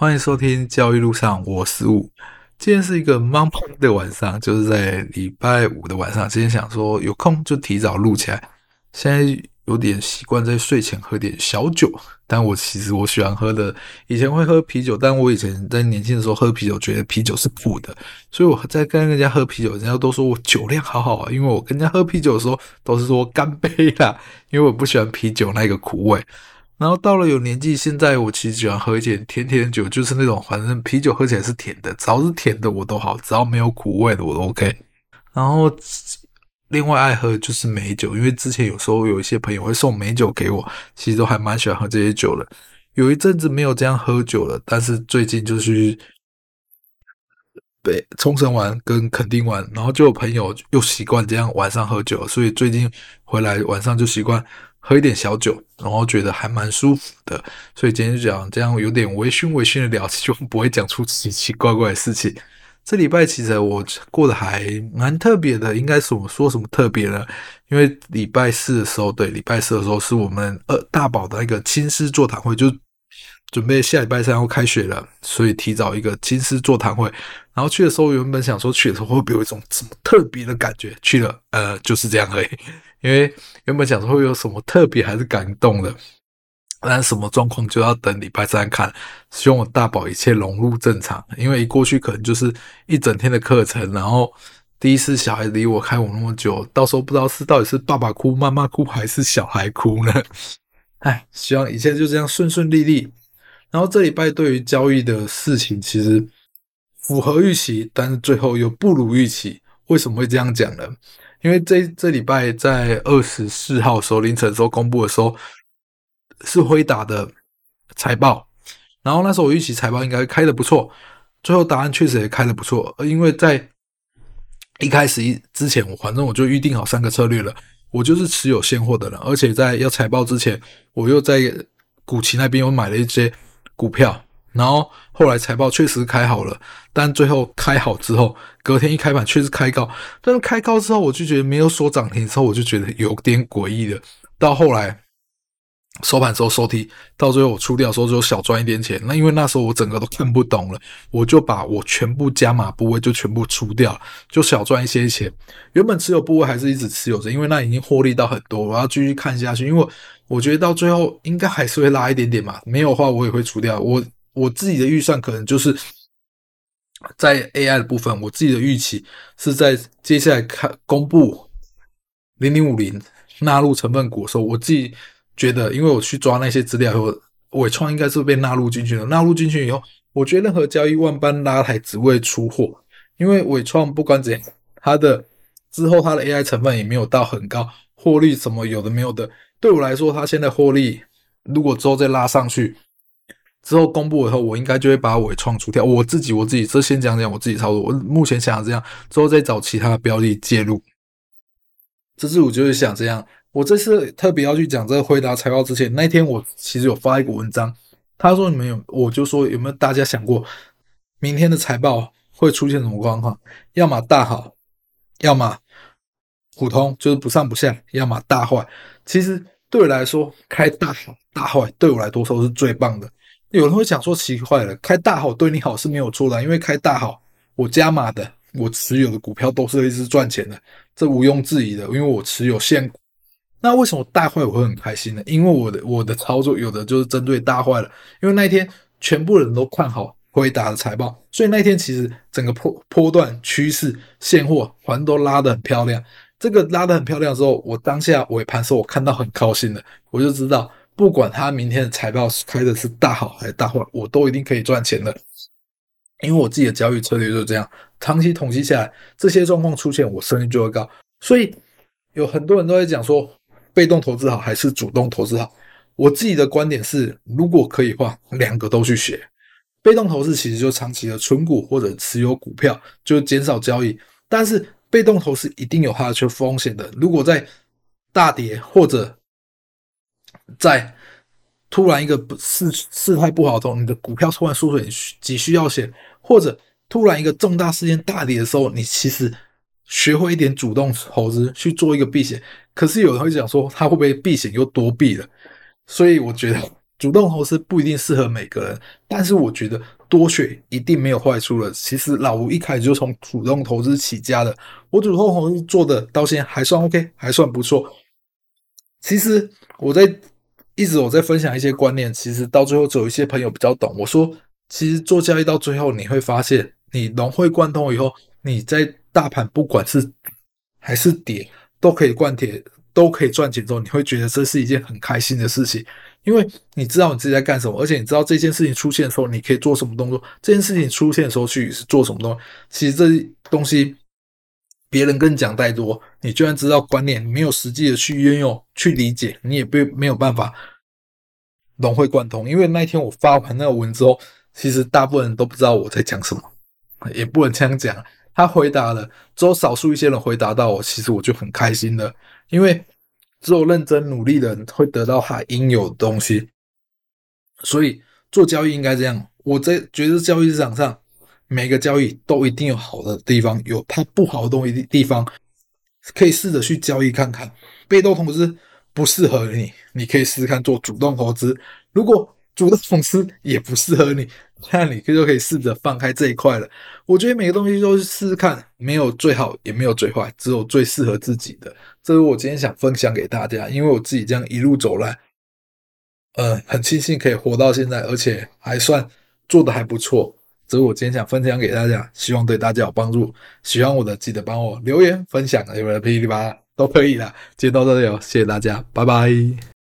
欢迎收听交易路上，我是雾。今天是一个忙忙的晚上，就是在礼拜五的晚上。今天想说有空就提早录起来。现在有点习惯在睡前喝点小酒，但其实我喜欢喝的，以前会喝啤酒，但我以前在年轻的时候喝啤酒，觉得啤酒是苦的，所以我在跟人家喝啤酒，人家都说我酒量好好啊，因为我跟人家喝啤酒的时候都是说干杯啦，因为我不喜欢啤酒那个苦味。然后到了有年纪，现在我其实喜欢喝一点甜甜的酒，就是那种反正啤酒喝起来是甜的，只要是甜的我都好，只要没有苦味的我都 OK。然后另外爱喝的就是美酒，因为之前有时候有一些朋友会送美酒给我，其实都还蛮喜欢喝这些酒的。有一阵子没有这样喝酒了，但是最近就是被冲绳玩跟垦丁玩，然后就有朋友又习惯这样晚上喝酒，所以最近回来晚上就习惯喝一点小酒，然后觉得还蛮舒服的。所以今天就讲这样有点微醺微醺的聊，就不会讲出奇奇怪怪的事情。这礼拜其实我过得还蛮特别的，应该是我说什么特别呢？因为礼拜四的时候，对，礼拜四的时候是我们大宝的一个亲师座谈会，就准备下礼拜三要开学了，所以提早一个亲师座谈会。然后去的时候，原本想说去的时候会不会有一种什么特别的感觉？去了，就是这样而已。因为原本想说会有什么特别还是感动的，但什么状况就要等礼拜三看。希望我大宝一切融入正常，因为一过去可能就是一整天的课程，然后第一次小孩离我开我那么久，到时候不知道到底是爸爸哭、妈妈哭还是小孩哭呢？哎，希望一切就这样顺顺利利。然后这礼拜对于交易的事情，其实符合预期，但是最后又不如预期。为什么会这样讲呢？因为这礼拜在24号的时候凌晨的时候公布的时候，是辉达的财报，然后那时候我预期财报应该开的不错，最后答案确实也开的不错，因为在一开始之前，反正我就预定好3个策略了，我就是持有现货的人，而且在要财报之前，我又在股期那边又买了一些股票，然后后来财报确实开好了，但最后开好之后，隔天一开盘确实开高，但是开高之后我就觉得没有锁涨停之后，我就觉得有点诡异了。到后来收盘时候收低，到最后我出掉的时候就小赚一点钱。那因为那时候我整个都看不懂了，我就把我全部加码部位就全部出掉，就小赚一些钱。原本持有部位还是一直持有着，因为那已经获利到很多，我要继续看下去。因为我觉得到最后应该还是会拉一点点嘛，没有的话我也会出掉。我自己的预算可能就是在 AI 的部分，我自己的预期是在接下来公布0050纳入成分股的时候，我自己觉得，因为我去抓那些资料以后，伟创应该是被纳入进去的。纳入进去以后，我觉得任何交易万般拉抬只为出货，因为伟创不管怎样，它的之后它的 AI 成分也没有到很高，获利什么有的没有的，对我来说，它现在获利如果之后再拉上去。之后公布以后，我应该就会把伟创出掉。我自己，这先讲讲我自己操作。我目前想这样，之后再找其他的标的介入。这次我就是想这样。我这次特别要去讲这个回答财报之前，那天我其实有发一个文章，他说你们有，我就说有没有大家想过，明天的财报会出现什么状况？要么大好，要么普通，就是不上不下；要么大坏。其实对我来说，开大好大坏对我来说是最棒的。有人会想说奇怪了，开大好对你好是没有错的，因为开大好，我加码的，我持有的股票都是一直赚钱的。这毋庸置疑的，因为我持有现股。那为什么大坏我会很开心呢？因为我的操作有的就是针对大坏了，因为那一天全部人都看好辉达的财报，所以那一天其实整个波段趋势现货反正都拉得很漂亮。这个拉得很漂亮之后，我当下尾盘时候我看到很高兴的，我就知道不管他明天的财报开的是大好还是大坏，我都一定可以赚钱的。因为我自己的交易策略就是这样，长期统计下来，这些状况出现，我胜率就会高。所以有很多人都在讲说，被动投资好还是主动投资好？我自己的观点是，如果可以的话，两个都去学。被动投资其实就长期的存股或者持有股票，就减少交易。但是被动投资一定有它的风险的。如果在大跌或者在突然一个事态不好的时候，你的股票突然缩水，急需要钱，或者突然一个重大事件大跌的时候，你其实学会一点主动投资去做一个避险。可是有人会讲说，他会不会避险又多避了？所以我觉得主动投资不一定适合每个人，但是我觉得多学一定没有坏处了。其实老吴一开始就从主动投资起家的，我主动投资做的到现在还算 OK，还算不错。其实我在分享一些观念，其实到最后只有一些朋友比较懂。我说，其实做交易到最后，你会发现，你融会贯通以后，你在大盘不管是还是跌，都可以灌铁，都可以赚钱之后，你会觉得这是一件很开心的事情，因为你知道你自己在干什么，而且你知道这件事情出现的时候，你可以做什么动作，这件事情出现的时候去是做什么动作。其实这东西别人跟你讲太多，你就算知道观念，没有实际的去运用、去理解，你也没有办法融会贯通。因为那一天我发完那个文之后，其实大部分人都不知道我在讲什么，也不能这样讲。他回答了，只有少数一些人回答到我，其实我就很开心了，因为只有认真努力的人会得到他应有的东西。所以做交易应该这样，我觉得交易市场上每个交易都一定有好的地方，有它不好的地方，可以试着去交易看看。被动投资不适合你，你可以试试看做主动投资。如果主动投资也不适合你，那你就可以试着放开这一块了。我觉得每个东西都是试试看，没有最好，也没有最坏，只有最适合自己的。这是我今天想分享给大家，因为我自己这样一路走来，很庆幸可以活到现在，而且还算做的还不错。这是我今天想分享给大家，希望对大家有帮助。喜欢我的记得帮我留言、分享，有人噼里啪啦都可以啦。今天到这里哦，谢谢大家，拜拜。